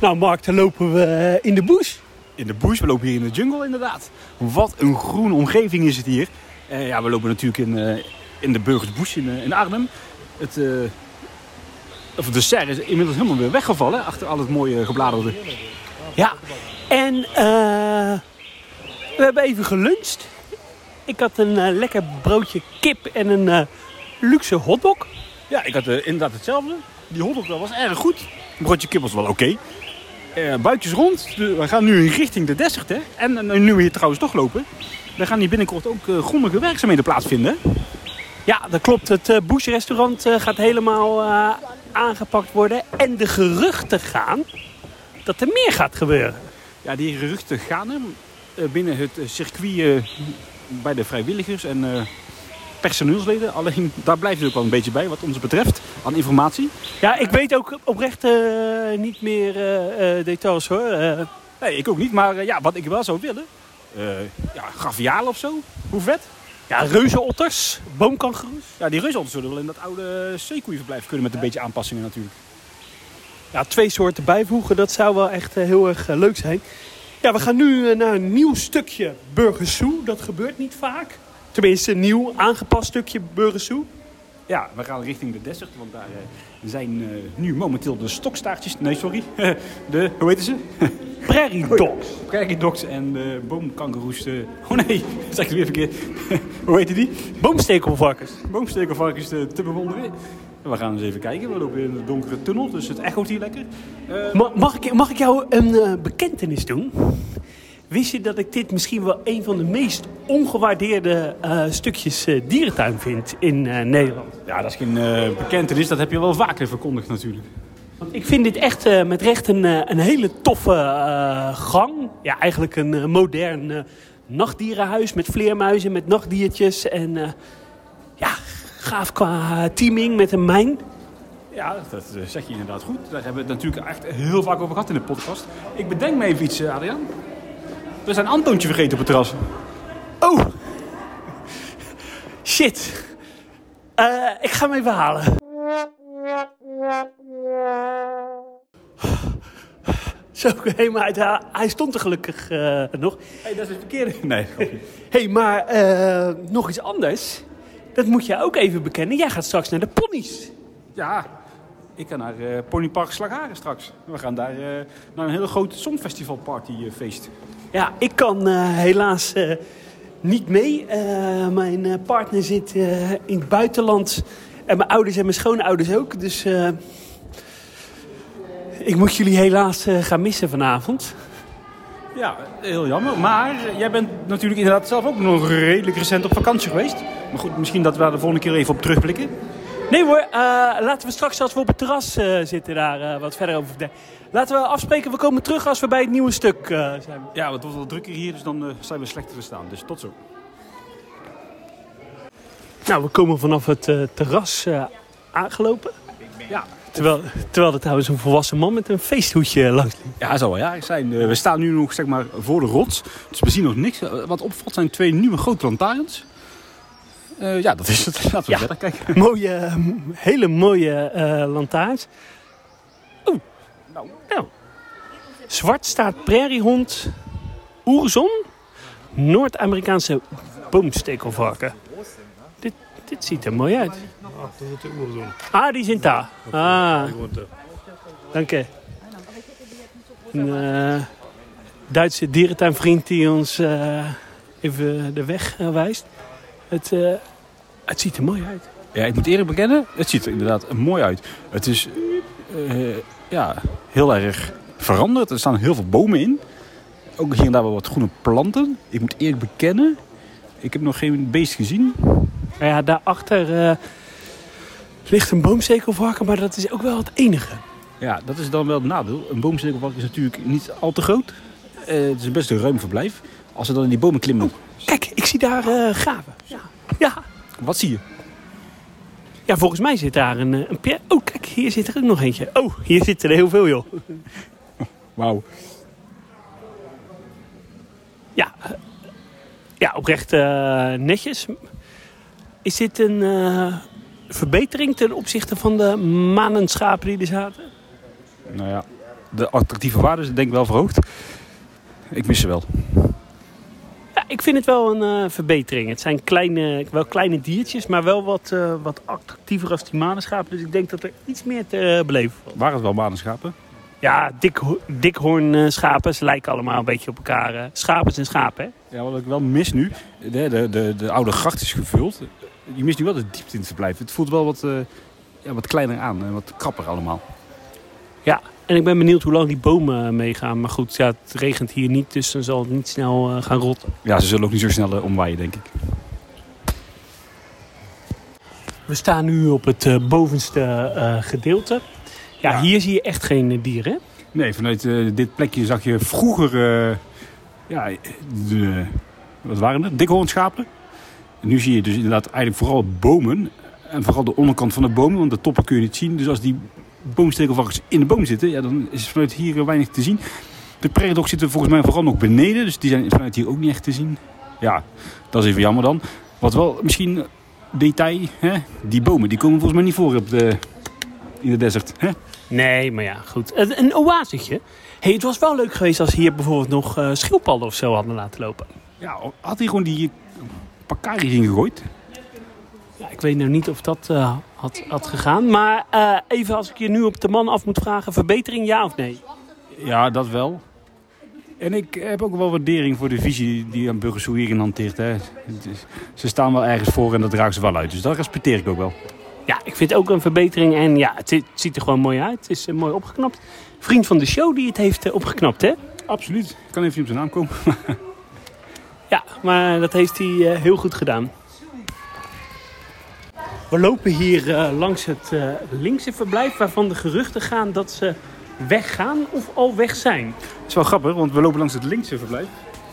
Nou Mark, dan lopen we in de bush. In de bush, we lopen hier in de jungle inderdaad. Wat een groene omgeving is het hier. Ja, we lopen natuurlijk in de Burgersbush in Arnhem. De serre is inmiddels helemaal weer weggevallen achter al het mooie gebladerde. Ja, en we hebben even geluncht. Ik had een lekker broodje kip en een luxe hotdog. Ja, ik had inderdaad hetzelfde. Die hotdog was erg goed. Een broodje kip was wel oké. Buitjes rond. We gaan nu richting de desert. Hè? En nu we hier trouwens toch lopen. Dan gaan hier binnenkort ook grondige werkzaamheden plaatsvinden. Ja, dat klopt. Het Bush restaurant gaat helemaal aangepakt worden. En de geruchten gaan dat er meer gaat gebeuren. Ja, die geruchten gaan binnen het circuit bij de vrijwilligers en personeelsleden. Alleen daar blijft het ook wel een beetje bij wat ons betreft aan informatie. Ja, ik weet ook oprecht niet meer details hoor. Nee, ik ook niet. Maar wat ik wel zou willen. Gavialen of zo. Hoe vet? Ja, reuzenotters, boomkangoeroes. Ja, die reuzenotters zullen wel in dat oude zeekoeienverblijf kunnen met een beetje aanpassingen natuurlijk. Ja, 2 soorten bijvoegen, dat zou wel echt heel erg leuk zijn. Ja, we gaan nu naar een nieuw stukje Burgersoe. Dat gebeurt niet vaak. Tenminste, een nieuw aangepast stukje Burgersoe. Ja, we gaan richting de desert, want daar zijn nu momenteel de stokstaartjes. Nee, sorry. Hoe heten ze? Prairie dogs. Prairie dogs en de boomkangoeroes. Oh nee, dat zeg ik weer verkeerd. Hoe heette die? Boomstekelvarkens. Boomstekelvarkens te bewonderen. We gaan eens even kijken. We lopen in een donkere tunnel, dus het echoot hier lekker. Mag ik jou een bekentenis doen? Wist je dat ik dit misschien wel een van de meest ongewaardeerde stukjes dierentuin vind in Nederland? Ja, dat is geen bekentenis. Dat heb je wel vaker verkondigd natuurlijk. Want ik vind dit echt met recht een hele toffe gang. Ja, eigenlijk een modern nachtdierenhuis met vleermuizen, met nachtdiertjes. En gaaf qua teaming met een mijn. Ja, dat zeg je inderdaad goed. Daar hebben we het natuurlijk echt heel vaak over gehad in de podcast. Ik bedenk me even iets, Adriaan. We zijn Antoontje vergeten op het terras. Oh! Shit. Ik ga hem even halen. Zo, maar hij stond er gelukkig nog. Hey, dat is het verkeerde. Nee, Hey, maar nog iets anders. Dat moet jij ook even bekennen. Jij gaat straks naar de ponies. Ja, ik ga naar Ponypark Slagharen straks. We gaan daar naar een hele grote songfestivalpartyfeest. Ja, ik kan helaas niet mee. Mijn partner zit in het buitenland. En mijn ouders en mijn schoonouders ook. Dus ik moet jullie helaas gaan missen vanavond. Ja, heel jammer. Maar jij bent natuurlijk inderdaad zelf ook nog redelijk recent op vakantie geweest. Maar goed, misschien dat we daar de volgende keer even op terugblikken. Nee hoor, laten we straks als we op het terras zitten daar wat verder over vertellen. Laten we afspreken, we komen terug als we bij het nieuwe stuk zijn. Ja, het wordt wel drukker hier, dus dan zijn we slechter te staan. Dus tot zo. Nou, we komen vanaf het terras aangelopen. Ja. Terwijl er trouwens een volwassen man met een feesthoedje langs liep. Ja, zou wel jarig zijn. We staan nu nog zeg maar voor de rots. Dus we zien nog niks. Wat opvalt zijn 2 nieuwe grote lantaarns. Ja, dat is het. Laten we verder kijken. Hele mooie lantaarns. Oh, nou. Zwart staat prairiehond, oerzon, Noord-Amerikaanse boomstekelvarken. Dit ziet er mooi uit. Dat is de oerzon. Ah, die zijn daar. Dank je. Een Duitse dierentuinvriend die ons even de weg wijst. Het ziet er mooi uit. Ja, ik moet eerlijk bekennen, het ziet er inderdaad mooi uit. Het is heel erg veranderd. Er staan heel veel bomen in. Ook hier en daar wel wat groene planten. Ik moet eerlijk bekennen, ik heb nog geen beest gezien. Ja, daarachter ligt een boomstekelvarken, maar dat is ook wel het enige. Ja, dat is dan wel het nadeel. Een boomstekelvarken is natuurlijk niet al te groot. Het is best een ruim verblijf. Als ze dan in die bomen klimmen. Kijk, ik zie daar graven. Ja. Wat zie je? Ja, volgens mij zit daar een pier. Oh, kijk, hier zit er ook nog eentje. Oh, hier zitten er heel veel, joh. Wauw. Ja, oprecht netjes. Is dit een verbetering ten opzichte van de manenschapen die er zaten? Nou ja, de attractieve waarde is denk ik wel verhoogd. Ik mis ze wel. Ja, ik vind het wel een verbetering. Het zijn wel kleine diertjes, maar wel wat attractiever als die manenschapen. Dus ik denk dat er iets meer te beleven valt. Waren het wel manenschapen? Ja, dikhoornschapen. Ze lijken allemaal een beetje op elkaar. Schapen zijn schapen, hè? Ja, wat ik wel mis nu, de oude gracht is gevuld. Je mist nu wel de diepte in het verblijf. Het voelt wel wat kleiner aan en wat krapper allemaal. Ja, en ik ben benieuwd hoe lang die bomen meegaan. Maar goed, ja, het regent hier niet, dus dan zal het niet snel gaan rotten. Ja, ze zullen ook niet zo snel omwaaien, denk ik. We staan nu op het bovenste gedeelte. Ja, hier zie je echt geen dieren, hè? Nee, vanuit dit plekje zag je vroeger wat waren het? Dikhoornschapen. En nu zie je dus inderdaad eigenlijk vooral bomen. En vooral de onderkant van de bomen, want de toppen kun je niet zien. Dus als die boomstekelvarkens in de boom zitten, ja, dan is vanuit hier weinig te zien. De prairie zitten volgens mij vooral nog beneden, dus die zijn vanuit hier ook niet echt te zien. Ja, dat is even jammer dan. Wat wel misschien detail, hè? Die bomen die komen volgens mij niet voor in de desert. Hè? Nee, maar ja, goed. Een oasetje. Hey, het was wel leuk geweest als hier bijvoorbeeld nog schildpadden of zo hadden laten lopen. Ja, had hij gewoon die pakaris ingegooid? Ja, ik weet nou niet of dat had gegaan. Maar even als ik je nu op de man af moet vragen, verbetering ja of nee? Ja, dat wel. En ik heb ook wel waardering voor de visie die aan Burgersoe hierin hanteert. Hè. Ze staan wel ergens voor en dat dragen ze wel uit. Dus dat respecteer ik ook wel. Ja, ik vind het ook een verbetering. En ja, het ziet er gewoon mooi uit. Het is mooi opgeknapt. Vriend van de show die het heeft opgeknapt, hè? Absoluut. Ik kan even niet op zijn naam komen. Ja, maar dat heeft hij heel goed gedaan. We lopen hier langs het linkse verblijf, waarvan de geruchten gaan dat ze weggaan of al weg zijn. Dat is wel grappig, want we lopen langs het linkse verblijf.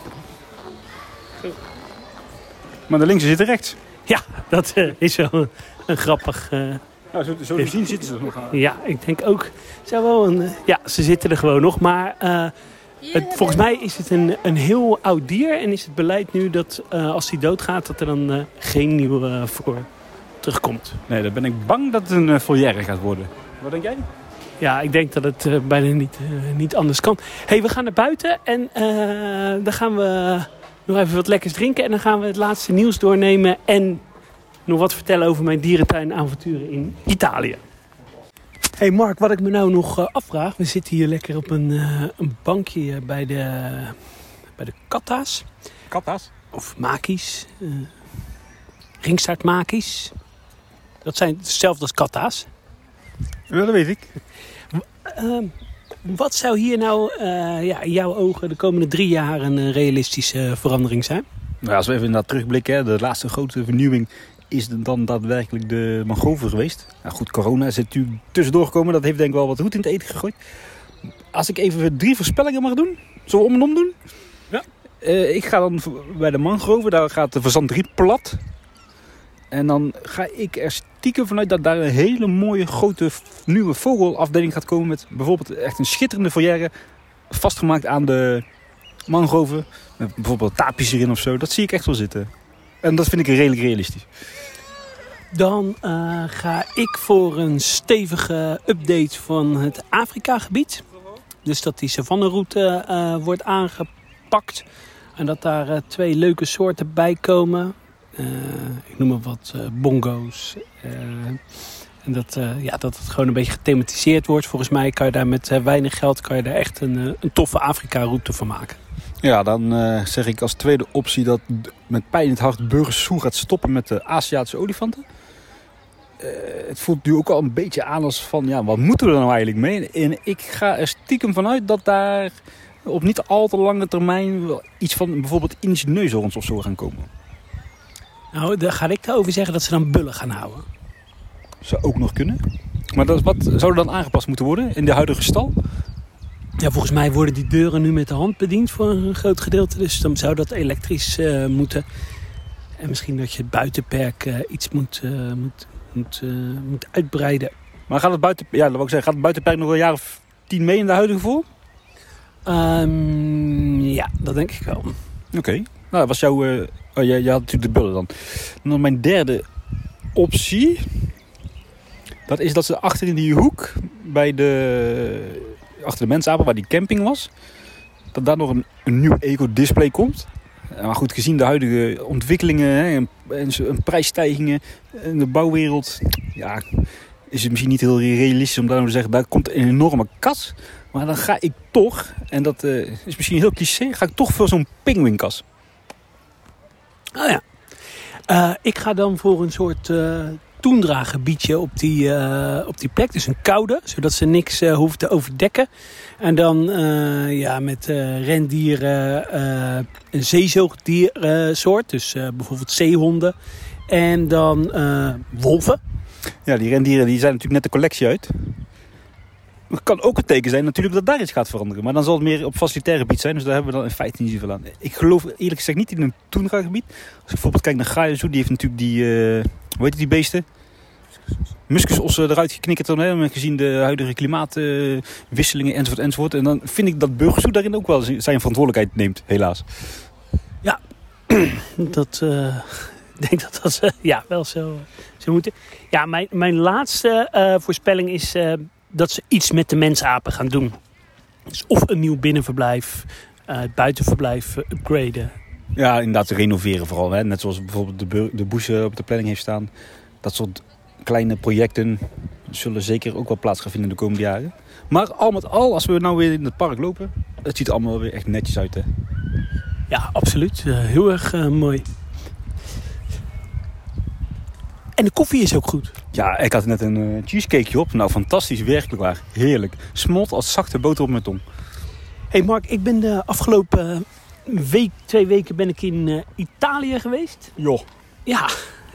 Maar de linkse zitten rechts. Ja, dat is wel een grappig... zo te zien zitten ze nog aan. Ja, ik denk ook... ze zitten er gewoon nog, maar... volgens mij is het een heel oud dier en is het beleid nu dat als hij doodgaat, dat er dan geen nieuwe voor terugkomt. Nee, dan ben ik bang dat het een volière gaat worden. Wat denk jij? Ja, ik denk dat het bijna niet anders kan. Hey, we gaan naar buiten en dan gaan we nog even wat lekkers drinken. En dan gaan we het laatste nieuws doornemen en nog wat vertellen over mijn dierentuinavonturen in Italië. Hey Mark, wat ik me nou nog afvraag. We zitten hier lekker op een bankje bij de katta's. Katta's? Of maki's. Ringstaartmaki's. Dat zijn hetzelfde als katta's. Ja, dat weet ik. Wat zou hier nou in jouw ogen de komende 3 jaar een realistische verandering zijn? Nou, als we even inderdaad terugblikken, hè, de laatste grote vernieuwing is dan daadwerkelijk de mangroven geweest. Nou goed, corona is natuurlijk tussendoor gekomen. Dat heeft denk ik wel wat roet in het eten gegooid. Als ik even 3 voorspellingen mag doen. Zullen we om en om doen? Ja. Ik ga dan bij de mangroven, daar gaat de verzandriet plat. En dan ga ik er stiekem vanuit dat daar een hele mooie grote nieuwe vogelafdeling gaat komen. Met bijvoorbeeld echt een schitterende volière vastgemaakt aan de mangroven. Met bijvoorbeeld tapies erin of zo. Dat zie ik echt wel zitten. En dat vind ik redelijk realistisch. Dan ga ik voor een stevige update van het Afrika-gebied. Dus dat die savanneroute wordt aangepakt. En dat daar 2 leuke soorten bij komen. Ik noem maar wat bongo's. En dat het gewoon een beetje gethematiseerd wordt. Volgens mij kan je daar met weinig geld daar echt een toffe Afrika-route van maken. Ja, dan zeg ik als tweede optie dat met pijn in het hart Burgersoe gaat stoppen met de Aziatische olifanten. Het voelt nu ook al een beetje aan als van, ja, wat moeten we er nou eigenlijk mee? En ik ga er stiekem vanuit dat daar op niet al te lange termijn wel iets van bijvoorbeeld Indische neushoorns of zo gaan komen. Nou, daar ga ik erover zeggen dat ze dan bullen gaan houden. Zou ook nog kunnen. Maar wat zou er dan aangepast moeten worden in de huidige stal? Ja, volgens mij worden die deuren nu met de hand bediend voor een groot gedeelte. Dus dan zou dat elektrisch moeten. En misschien dat je het buitenperk iets moet uitbreiden. Maar gaat het buitenperk nog een jaar of 10 mee in de huidige vorm? Ja, dat denk ik wel. Oké. Nou, dat was jouw... jij had natuurlijk de bullen dan. En dan mijn derde optie. Dat is dat ze achter in die hoek bij de achter de mensapen, waar die camping was, dat daar nog een nieuw eco-display komt. Maar goed, gezien de huidige ontwikkelingen, hè, en prijsstijgingen in de bouwwereld, ja, is het misschien niet heel realistisch om daar nou te zeggen, daar komt een enorme kas. Maar dan ga ik toch, en dat is misschien heel cliché, ga ik toch voor zo'n pinguïnkas. Oh ja. Ik ga dan voor een soort toendra-gebiedje op die plek. Dus een koude, zodat ze niks hoeven te overdekken. En dan met rendieren, een zeezoogdiersoort. Dus bijvoorbeeld zeehonden. En dan wolven. Ja, die rendieren die zijn natuurlijk net de collectie uit. Het kan ook een teken zijn natuurlijk dat daar iets gaat veranderen. Maar dan zal het meer op facilitair gebied zijn. Dus daar hebben we dan in feite niet zoveel aan. Ik geloof eerlijk gezegd niet in een toendra-gebied. Als ik bijvoorbeeld kijk naar Gaia Zoo, die heeft natuurlijk die... hoe heet die beesten? Muskusossen eruit geknikkerd. Hè, gezien de huidige klimaatwisselingen enzovoort. En dan vind ik dat Burgers Zoo daarin ook wel zijn verantwoordelijkheid neemt, helaas. Ja, ik denk dat wel zo moeten. Ja, mijn laatste voorspelling is dat ze iets met de mensapen gaan doen. Dus of een nieuw binnenverblijf, het buitenverblijf upgraden. Ja, inderdaad renoveren vooral. Hè. Net zoals bijvoorbeeld de Bush op de planning heeft staan. Dat soort kleine projecten zullen zeker ook wel plaats gaan vinden de komende jaren. Maar al met al, als we nou weer in het park lopen, het ziet er allemaal weer echt netjes uit. Hè. Ja, absoluut. Heel erg mooi. En de koffie is ook goed. Ja, ik had net een cheesecakeje op. Nou, fantastisch, werkelijk waar. Heerlijk. Smolt als zachte boter op mijn tong. Hey Mark, ik ben de afgelopen 2 weken ben ik in Italië geweest. Joh. Ja.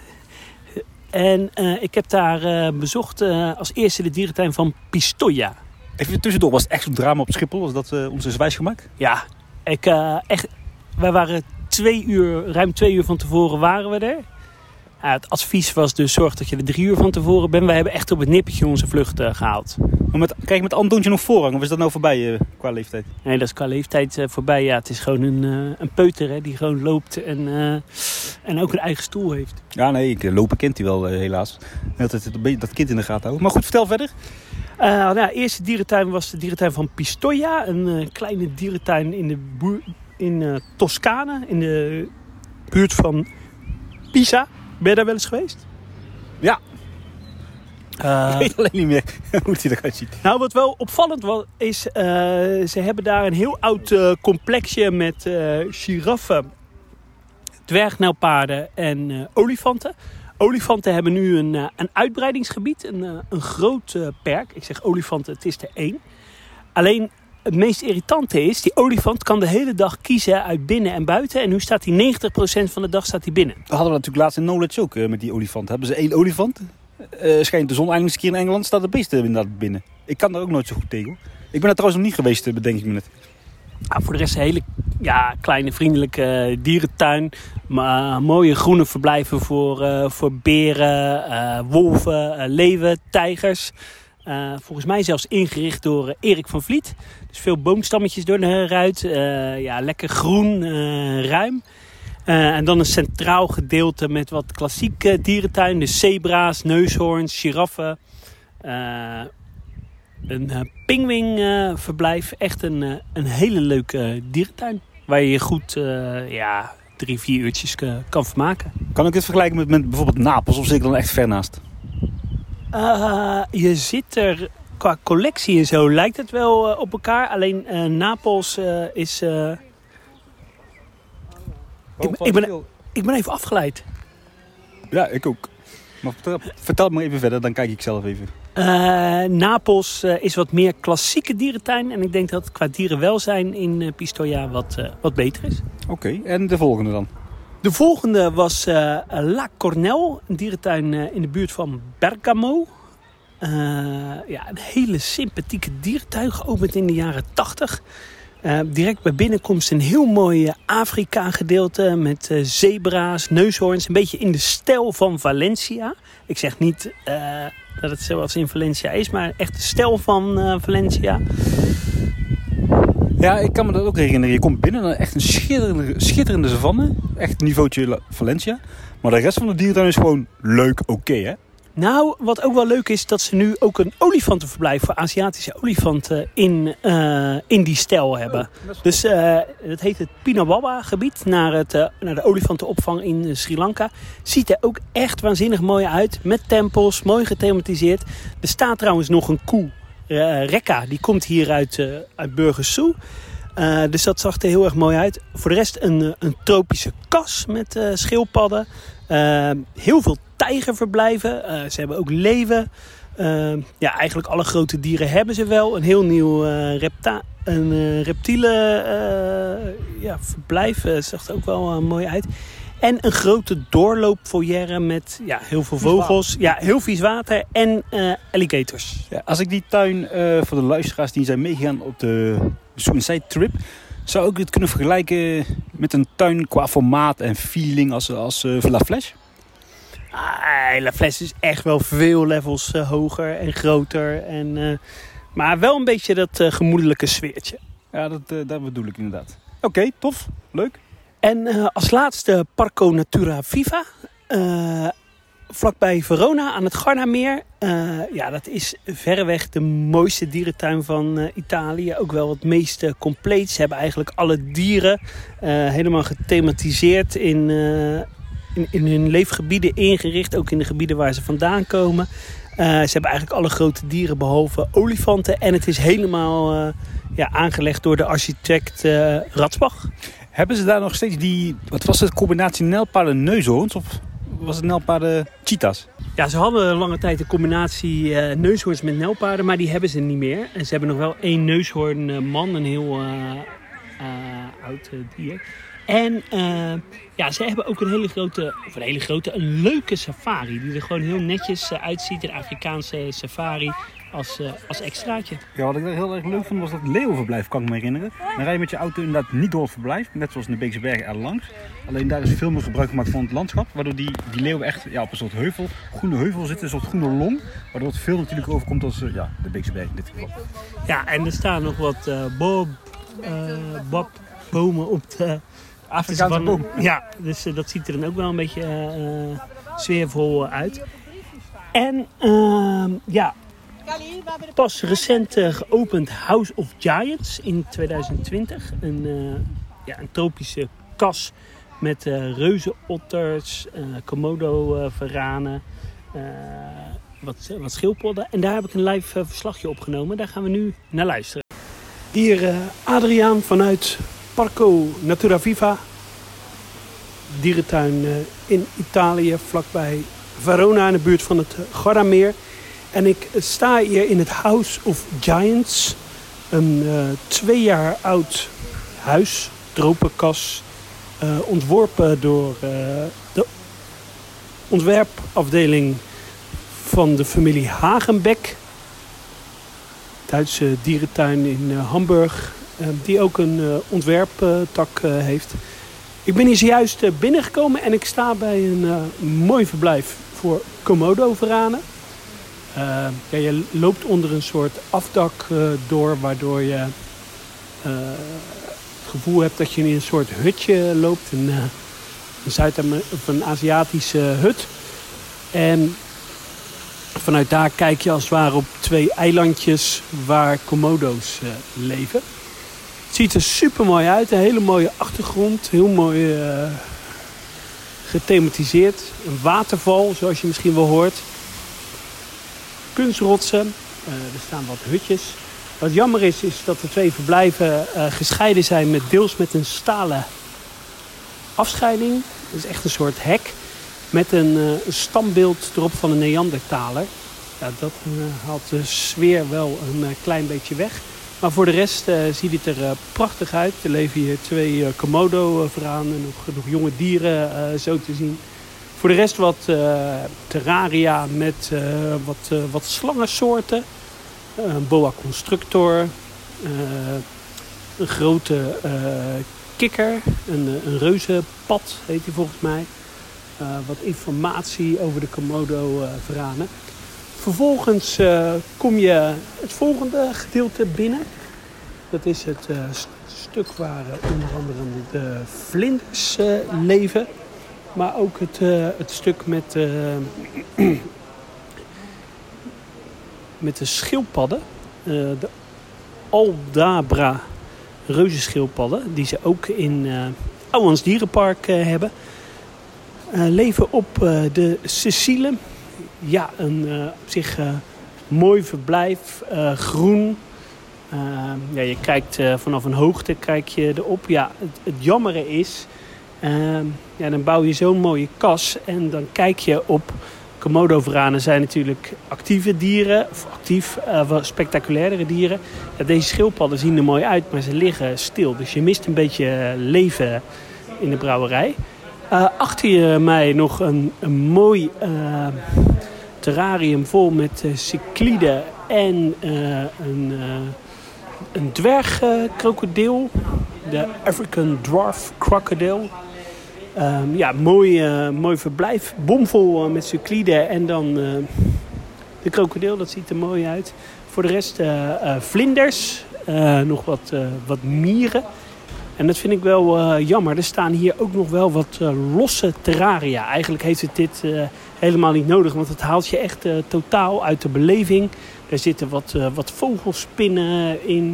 En ik heb daar bezocht als eerste de dierentuin van Pistoia. Even tussendoor, was het echt zo'n drama op Schiphol? Was dat ons is wijsgemaakt? Ja, wij waren ruim 2 uur van tevoren waren we er. Het advies was dus zorg dat je er 3 uur van tevoren bent. Wij hebben echt op het nippertje onze vlucht gehaald. Maar krijg je met Antoontje nog voorrang? Of is dat nou voorbij qua leeftijd? Nee, dat is qua leeftijd voorbij. Ja, het is gewoon een peuter hè, die gewoon loopt en ook een eigen stoel heeft. Ja, nee, lopen kent hij wel helaas. Dat kind in de gaten houden. Maar goed, vertel verder. De eerste dierentuin was de dierentuin van Pistoia. Een kleine dierentuin in Toscane, in de buurt van Pisa. Ben je daar wel eens geweest? Ja. Ik weet alleen niet meer hoe het eruit ziet. Nou, wat wel opvallend was, is... ze hebben daar een heel oud complexje met giraffen, dwergnijlpaarden en olifanten. Olifanten hebben nu een uitbreidingsgebied, een groot perk. Ik zeg olifanten, het is er 1. Alleen het meest irritante is, die olifant kan de hele dag kiezen uit binnen en buiten. En nu staat hij 90% van de dag binnen. Dat hadden we natuurlijk laatst in Knowledge ook met die olifant. Hebben ze 1 olifant? Schijnt de zon eindelijk eens een keer in Engeland, staat het beest inderdaad binnen. Ik kan daar ook nooit zo goed tegen. Ik ben daar trouwens nog niet geweest, bedenk ik me net. Voor de rest een hele kleine vriendelijke dierentuin. Maar mooie groene verblijven voor beren, wolven, leeuwen, tijgers. Volgens mij zelfs ingericht door Erik van Vliet. Dus veel boomstammetjes door de ruit. Lekker groen, ruim. En dan een centraal gedeelte met wat klassieke dierentuin. Dus zebra's, neushoorns, giraffen. Een pinguïnverblijf. Echt een hele leuke dierentuin. Waar je je goed 3-4 uurtjes kan vermaken. Kan ik dit vergelijken met bijvoorbeeld Napels? Of zit ik dan echt ver naast? Je zit er qua collectie en zo lijkt het wel op elkaar. Alleen Napels is... Ik ben even afgeleid. Ja, ik ook. Maar vertel het maar even verder, dan kijk ik zelf even. Napels is wat meer klassieke dierentuin. En ik denk dat het qua dierenwelzijn in Pistoia wat beter is. Oké, en de volgende dan? De volgende was La Cornell, een dierentuin in de buurt van Bergamo. Een hele sympathieke dierentuin, geopend in de jaren 80. Direct bij binnenkomst een heel mooi Afrika-gedeelte met zebra's, neushoorns. Een beetje in de stijl van Valencia. Ik zeg niet dat het zoals in Valencia is, maar echt de stijl van Valencia. Ja, ik kan me dat ook herinneren. Je komt binnen, echt een schitterende savanne. Echt niveautje Valencia. Maar de rest van de dierentuin is gewoon leuk, oké, hè? Nou, wat ook wel leuk is, dat ze nu ook een olifantenverblijf voor Aziatische olifanten in die stijl hebben. Dus dat heet het Pinawaba gebied, naar de olifantenopvang in Sri Lanka. Ziet er ook echt waanzinnig mooi uit, met tempels, mooi gethematiseerd. Er staat trouwens nog een koe, Rekka, die komt hier uit Burgers Zoo. Dus dat zag er heel erg mooi uit. Voor de rest een tropische kas met schildpadden. Heel veel tijgerverblijven. Ze hebben ook leeuwen. Eigenlijk alle grote dieren hebben ze wel. Een heel nieuw reptiele verblijf. Zag er ook wel mooi uit. En een grote doorloopfoyer met heel veel vogels. Ja, heel vies water en alligators. Ja, als ik die tuin voor de luisteraars die zijn meegegaan op de Suicide Trip, zou ik het kunnen vergelijken met een tuin qua formaat en feeling als La Flèche? La Flèche is echt wel veel levels hoger en groter. Maar wel een beetje dat gemoedelijke sfeertje. Ja, dat bedoel ik inderdaad. Oké, tof. Leuk. En als laatste Parco Natura Viva. Vlakbij Verona aan het Gardameer. Dat is verreweg de mooiste dierentuin van Italië. Ook wel het meest compleet. Ze hebben eigenlijk alle dieren helemaal gethematiseerd in hun leefgebieden ingericht. Ook in de gebieden waar ze vandaan komen. Ze hebben eigenlijk alle grote dieren behalve olifanten. En het is helemaal aangelegd door de architect Ratsbach. Hebben ze daar nog steeds wat was het, combinatie nijlpaarden-neushoorns? Of was het nijlpaarden-cheetahs? Ja, ze hadden lange tijd een combinatie neushoorns met nijlpaarden, maar die hebben ze niet meer. En ze hebben nog wel 1 neushoornman, een heel oud dier. En ze hebben ook een leuke safari. Die er gewoon heel netjes uitziet. Een Afrikaanse safari als extraatje. Ja, wat ik heel erg leuk vond was dat leeuwenverblijf, kan ik me herinneren. Dan rij je met je auto inderdaad niet door het verblijf. Net zoals in de Beekse Bergen erlangs. Alleen daar is veel meer gebruik gemaakt van het landschap. Waardoor die leeuwen echt op een soort groene heuvel zitten. Een soort groene long. Waardoor het veel natuurlijk overkomt als de Beekse Bergen in dit geval. Ja, en er staan nog wat bomen op de Afrikaanse boom. Ja, dus dat ziet er dan ook wel een beetje sfeervol uit. En pas recent geopend House of Giants in 2020. Een tropische kas met reuzenotters, komodo-varanen, wat schildpadden. En daar heb ik een live verslagje opgenomen. Daar gaan we nu naar luisteren. Hier Adriaan vanuit Parco Natura Viva. Dierentuin in Italië, vlakbij Verona in de buurt van het Gardameer. En ik sta hier in het House of Giants. Een 2 jaar oud huis, tropenkas. Ontworpen door de ontwerpafdeling van de familie Hagenbeck. Duitse dierentuin in Hamburg. Die ook een ontwerptak heeft. Ik ben hier zojuist binnengekomen en ik sta bij een mooi verblijf voor komodo-varanen. Je loopt onder een soort afdak door, waardoor je het gevoel hebt dat je in een soort hutje loopt. Een Aziatische hut. En vanuit daar kijk je als het ware op 2 eilandjes waar komodo's leven. Het ziet er super mooi uit. Een hele mooie achtergrond. Heel mooi gethematiseerd. Een waterval, zoals je misschien wel hoort. Kunstrotsen. Er staan wat hutjes. Wat jammer is dat de 2 verblijven gescheiden zijn deels met een stalen afscheiding. Dat is echt een soort hek. Met een standbeeld erop van een Neandertaler. Ja, dat haalt de sfeer wel een klein beetje weg. Maar voor de rest ziet het er prachtig uit. Er leven hier 2 komodo-varanen en nog jonge dieren zo te zien. Voor de rest wat terraria met wat slangensoorten. Een boa constrictor. Een grote kikker. Een reuzenpad heet die volgens mij. Wat informatie over de komodo-varanen. Vervolgens kom je het volgende gedeelte binnen. Dat is het stuk waar onder andere de vlinders leven. Maar ook het stuk met met de schildpadden. De Aldabra reuzenschildpadden. Die ze ook in Ouwehans Dierenpark hebben. Leven op de Sicile. Ja, een op zich mooi verblijf. Groen. Je kijkt vanaf een hoogte kijk je erop. Ja, het jammere is... dan bouw je zo'n mooie kas. En dan kijk je op... Komodo-varanen zijn natuurlijk actieve dieren. Of wat spectaculairdere dieren. Ja, deze schildpadden zien er mooi uit, maar ze liggen stil. Dus je mist een beetje leven in de brouwerij. Achter mij nog een mooi terrarium vol met cycliden en een dwergkrokodil. De African Dwarf Crocodile. Mooi verblijf. Bomvol met cycliden en dan de krokodil. Dat ziet er mooi uit. Voor de rest vlinders. Nog wat mieren. En dat vind ik wel jammer. Er staan hier ook nog wel wat losse terraria. Eigenlijk heeft het dit helemaal niet nodig. Want het haalt je echt totaal uit de beleving. Er zitten wat vogelspinnen in.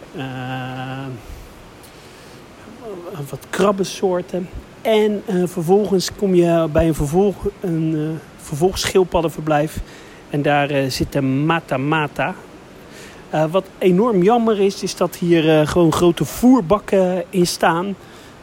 Wat krabbensoorten. En vervolgens kom je bij een vervolgschildpaddenverblijf. En daar zit de Mata Mata. Wat enorm jammer is dat hier gewoon grote voerbakken in staan.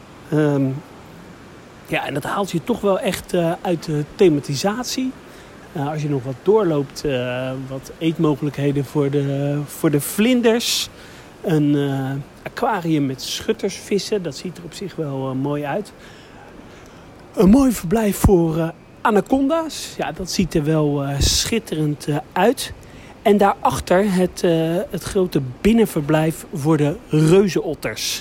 En dat haalt je toch wel echt uit de thematisatie. Als je nog wat doorloopt, wat eetmogelijkheden voor de vlinders. Een aquarium met schuttersvissen, dat ziet er op zich wel mooi uit. Een mooi verblijf voor anaconda's. Ja, dat ziet er wel schitterend uit. En daarachter het grote binnenverblijf voor de reuzenotters.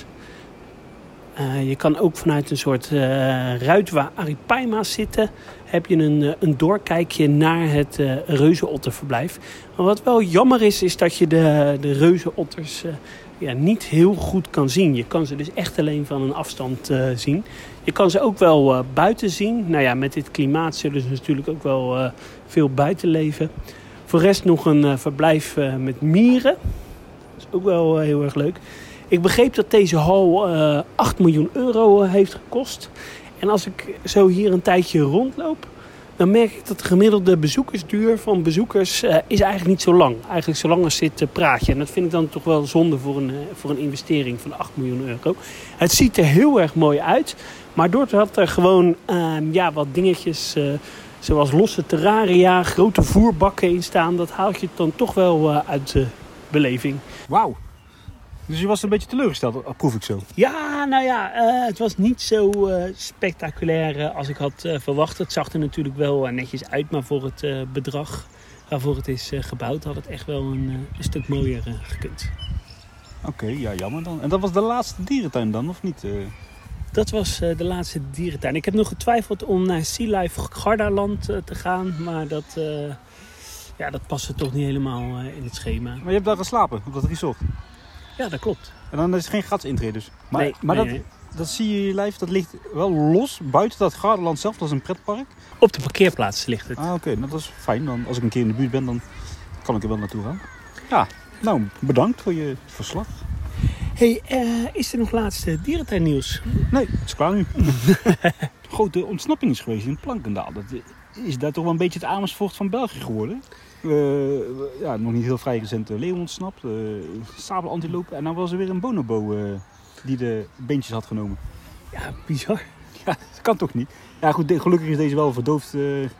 Je kan ook vanuit een soort Ruitwa Aripaima zitten. Heb je een doorkijkje naar het reuzenotterverblijf. Maar wat wel jammer is dat je de reuzenotters niet heel goed kan zien. Je kan ze dus echt alleen van een afstand zien. Je kan ze ook wel buiten zien. Nou ja, met dit klimaat zullen ze natuurlijk ook wel veel buiten leven. Voor de rest nog een verblijf met mieren. Dat is ook wel heel erg leuk. Ik begreep dat deze hal 8 miljoen euro heeft gekost. En als ik zo hier een tijdje rondloop, dan merk ik dat de gemiddelde bezoekersduur van bezoekers is eigenlijk niet zo lang. Eigenlijk zo lang als dit praatje. En dat vind ik dan toch wel zonde voor een investering van 8 miljoen euro. Het ziet er heel erg mooi uit. Maar doordat er gewoon wat dingetjes zoals losse terraria, grote voerbakken in staan, dat haalt je dan toch wel uit de beleving. Wauw. Dus je was een beetje teleurgesteld, proef ik zo? Ja, het was niet zo spectaculair als ik had verwacht. Het zag er natuurlijk wel netjes uit, maar voor het bedrag waarvoor het is gebouwd had het echt wel een stuk mooier gekund. Oké, ja, jammer dan. En dat was de laatste dierentuin dan, of niet? Dat was de laatste dierentuin. Ik heb nog getwijfeld om naar Sea Life Gardaland te gaan, maar dat paste toch niet helemaal in het schema. Maar je hebt daar geslapen, op dat resort? Ja, dat klopt. En dan is het geen gratis intree dus? Nee. Dat Sea Life, dat ligt wel los buiten dat Gardaland zelf, dat is een pretpark? Op de parkeerplaats ligt het. Oké, dat is fijn. Dan, als ik een keer in de buurt ben, dan kan ik er wel naartoe gaan. Ja, nou, bedankt voor je verslag. Hey, is er nog laatste dierentuinnieuws? Nee, het is klaar nu. Grote ontsnapping is geweest in Plankendaal. Dat is daar toch wel een beetje het Amersfoort van België geworden. Nog niet heel vrij recent leeuw ontsnapt, sabelantilopen. En dan was er weer een bonobo die de beentjes had genomen. Ja, bizar. Ja, dat kan toch niet? Ja goed, gelukkig is deze wel verdoofd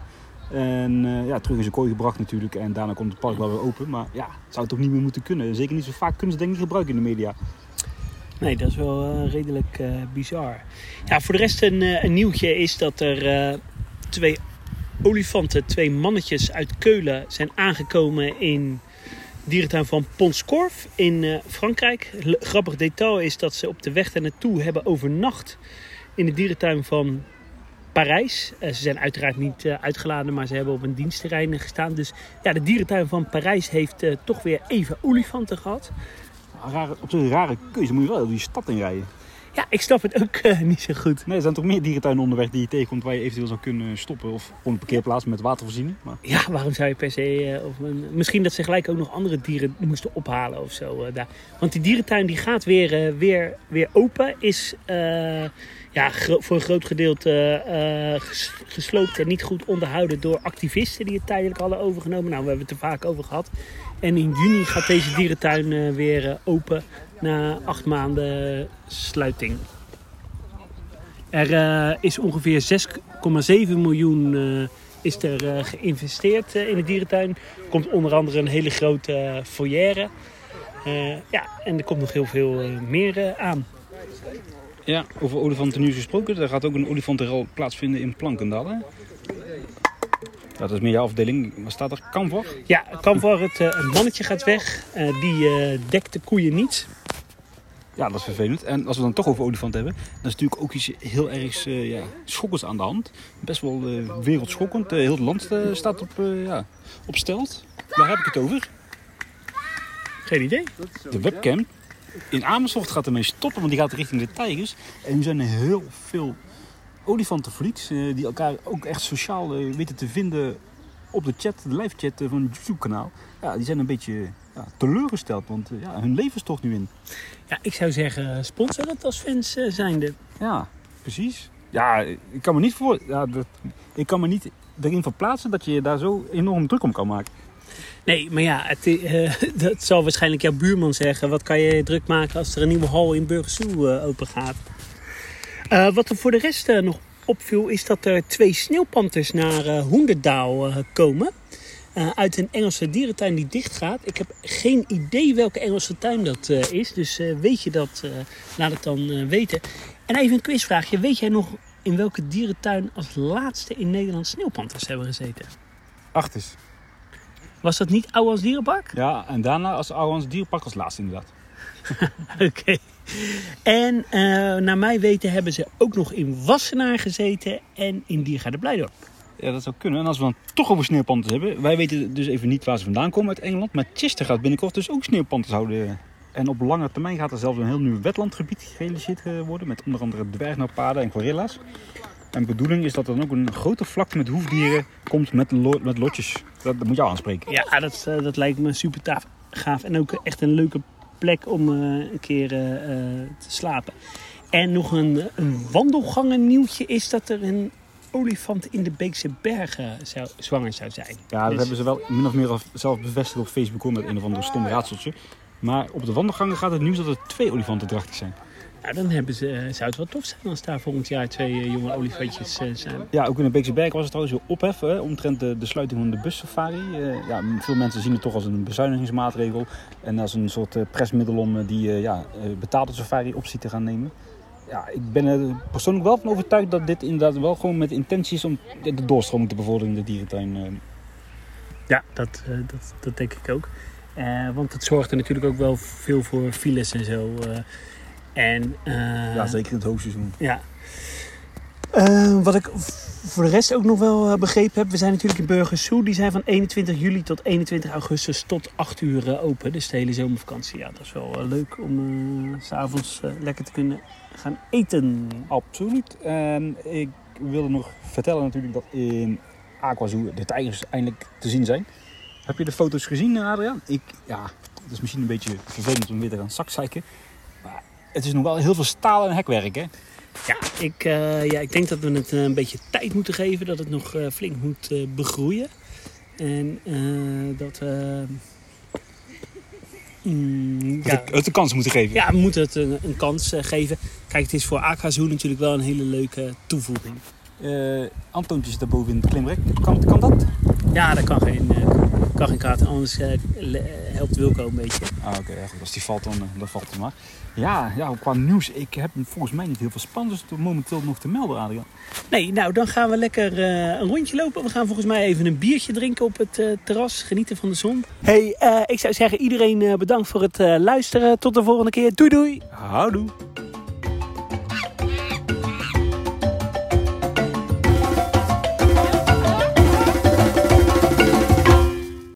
terug in zijn kooi gebracht natuurlijk. En daarna komt het park wel weer open. Maar ja, het zou toch niet meer moeten kunnen. Zeker niet zo vaak kunnen ze denk ik niet gebruiken in de media. Nee, dat is wel redelijk bizar. Ja, voor de rest een nieuwtje is dat er 2 olifanten, 2 mannetjes uit Keulen zijn aangekomen in de dierentuin van Pont-Scorff in Frankrijk. Grappig detail is dat ze op de weg daar naartoe hebben overnacht in de dierentuin van Parijs. Ze zijn uiteraard niet uitgeladen, maar ze hebben op een dienstterrein gestaan. Dus ja, de dierentuin van Parijs heeft toch weer even olifanten gehad. Op zo'n rare keuze moet je wel die stad inrijden. Ja, ik snap het ook niet zo goed. Nee, er zijn toch meer dierentuinen onderweg die je tegenkomt waar je eventueel zou kunnen stoppen. Of gewoon een parkeerplaats met water voorzien. Maar... Ja, waarom zou je per se... misschien dat ze gelijk ook nog andere dieren moesten ophalen of zo. Daar. Want die dierentuin die gaat weer open. Is voor een groot gedeelte gesloopt en niet goed onderhouden door activisten die het tijdelijk hadden overgenomen. Nou, we hebben het er vaak over gehad. En in juni gaat deze dierentuin weer open na 8 maanden sluiting. Er is ongeveer 6,7 miljoen is er geïnvesteerd in de dierentuin. Er komt onder andere een hele grote foyer. En er komt nog heel veel meer aan. Ja, over olifanten nu gesproken. Er gaat ook een olifantenrel plaatsvinden in Plankendaal. Hè? Dat is meer jouw afdeling. Wat staat er? Kamvar? Ja, Kamvar, het mannetje gaat weg. Die dekt de koeien niet. Ja, dat is vervelend. En als we dan toch over olifanten hebben, dan is natuurlijk ook iets heel erg schokkends aan de hand. Best wel wereldschokkend. Heel het land staat op stelt. Waar heb ik het over? Geen idee. De webcam in Amersfoort gaat ermee stoppen, want die gaat richting de tijgers. En nu zijn er heel veel olifantenfreaks die elkaar ook echt sociaal weten te vinden op de chat, de live chat van het YouTube-kanaal. Ja, die zijn een beetje teleurgesteld, want hun leven is toch nu in. Ja, ik zou zeggen, sponsor het als fans zijnde. Ja, precies. Ja, ik kan me niet erin verplaatsen dat je je daar zo enorm druk om kan maken. Nee, maar ja, dat zal waarschijnlijk jouw buurman zeggen. Wat kan je druk maken als er een nieuwe hal in Burgersoe open gaat? Wat er voor de rest nog opviel is dat er 2 sneeuwpanters naar Hoenderdaal komen. Uit een Engelse dierentuin die dicht gaat. Ik heb geen idee welke Engelse tuin dat is. Dus weet je dat, laat het dan weten. En even een quizvraagje. Weet jij nog in welke dierentuin als laatste in Nederland sneeuwpanters hebben gezeten? Achters. Was dat niet Ouwehans Dierenpark? Ja, en daarna als Ouwehans Dierenpark als laatste inderdaad. Oké. En naar mijn weten hebben ze ook nog in Wassenaar gezeten en in Diergaarde Blijdorp. Ja, dat zou kunnen. En als we dan toch over sneeuwpanters hebben. Wij weten dus even niet waar ze vandaan komen uit Engeland. Maar Chester gaat binnenkort dus ook sneeuwpanters houden. En op lange termijn gaat er zelfs een heel nieuw wetlandgebied gerealiseerd worden. Met onder andere dwergnauwpaarden en gorilla's. En de bedoeling is dat er dan ook een grote vlakte met hoefdieren komt met lotjes. Dat moet jou aanspreken. Ja, dat lijkt me super gaaf. En ook echt een leuke plek om een keer te slapen. En nog een wandelgangen nieuwtje is dat er een olifant in de Beekse Bergen zwanger zou zijn. Ja, dat hebben ze wel min of meer zelf bevestigd op Facebook hoor, met een of ander stom raadseltje. Maar op de wandelgangen gaat het nieuws dat er 2 olifanten drachtig zijn. Nou, dan zou het wel tof zijn als daar volgend jaar 2 jonge olifantjes zijn. Ja, ook in de Beekse Bergen was het trouwens weer ophef omtrent de sluiting van de bussafari. Veel mensen zien het toch als een bezuinigingsmaatregel en als een soort presmiddel om die betaalde safari-optie te gaan nemen. Ja, ik ben er persoonlijk wel van overtuigd dat dit inderdaad wel gewoon met intentie is om de doorstroming te bevorderen in de dierentuin. Ja, dat denk ik ook. Want het zorgt er natuurlijk ook wel veel voor files en zo. Ja, zeker in het hoogseizoen. Ja. Wat ik voor de rest ook nog wel begrepen heb. We zijn natuurlijk in Burgersoe. Die zijn van 21 juli tot 21 augustus tot 8 uur open. Dus de hele zomervakantie. Ja, dat is wel leuk om 's avonds lekker te kunnen gaan eten. Absoluut. En ik wilde nog vertellen natuurlijk dat in Aquazoo de tijgers eindelijk te zien zijn. Heb je de foto's gezien, Adriaan? Het is misschien een beetje vervelend om weer te gaan zakzeiken. Maar het is nog wel heel veel staal en hekwerk, hè? Ja, ik denk dat we het een beetje tijd moeten geven. Dat het nog flink moet begroeien. En dat we... het een kans moeten geven. Ja, we moeten het een kans geven. Kijk, het is voor Aquazoo natuurlijk wel een hele leuke toevoeging. Antoontje zit daarboven in het klimrek. Kan dat? Ja, dat kan geen kwaad. Anders helpt Wilco een beetje. Oké, als die valt, dan valt het maar. Ja, qua nieuws. Ik heb volgens mij niet heel veel spannends momenteel nog te melden, Adriaan. Nee, nou dan gaan we lekker een rondje lopen. We gaan volgens mij even een biertje drinken op het terras. Genieten van de zon. Hey, ik zou zeggen iedereen bedankt voor het luisteren. Tot de volgende keer. Doei doei. Houdoe.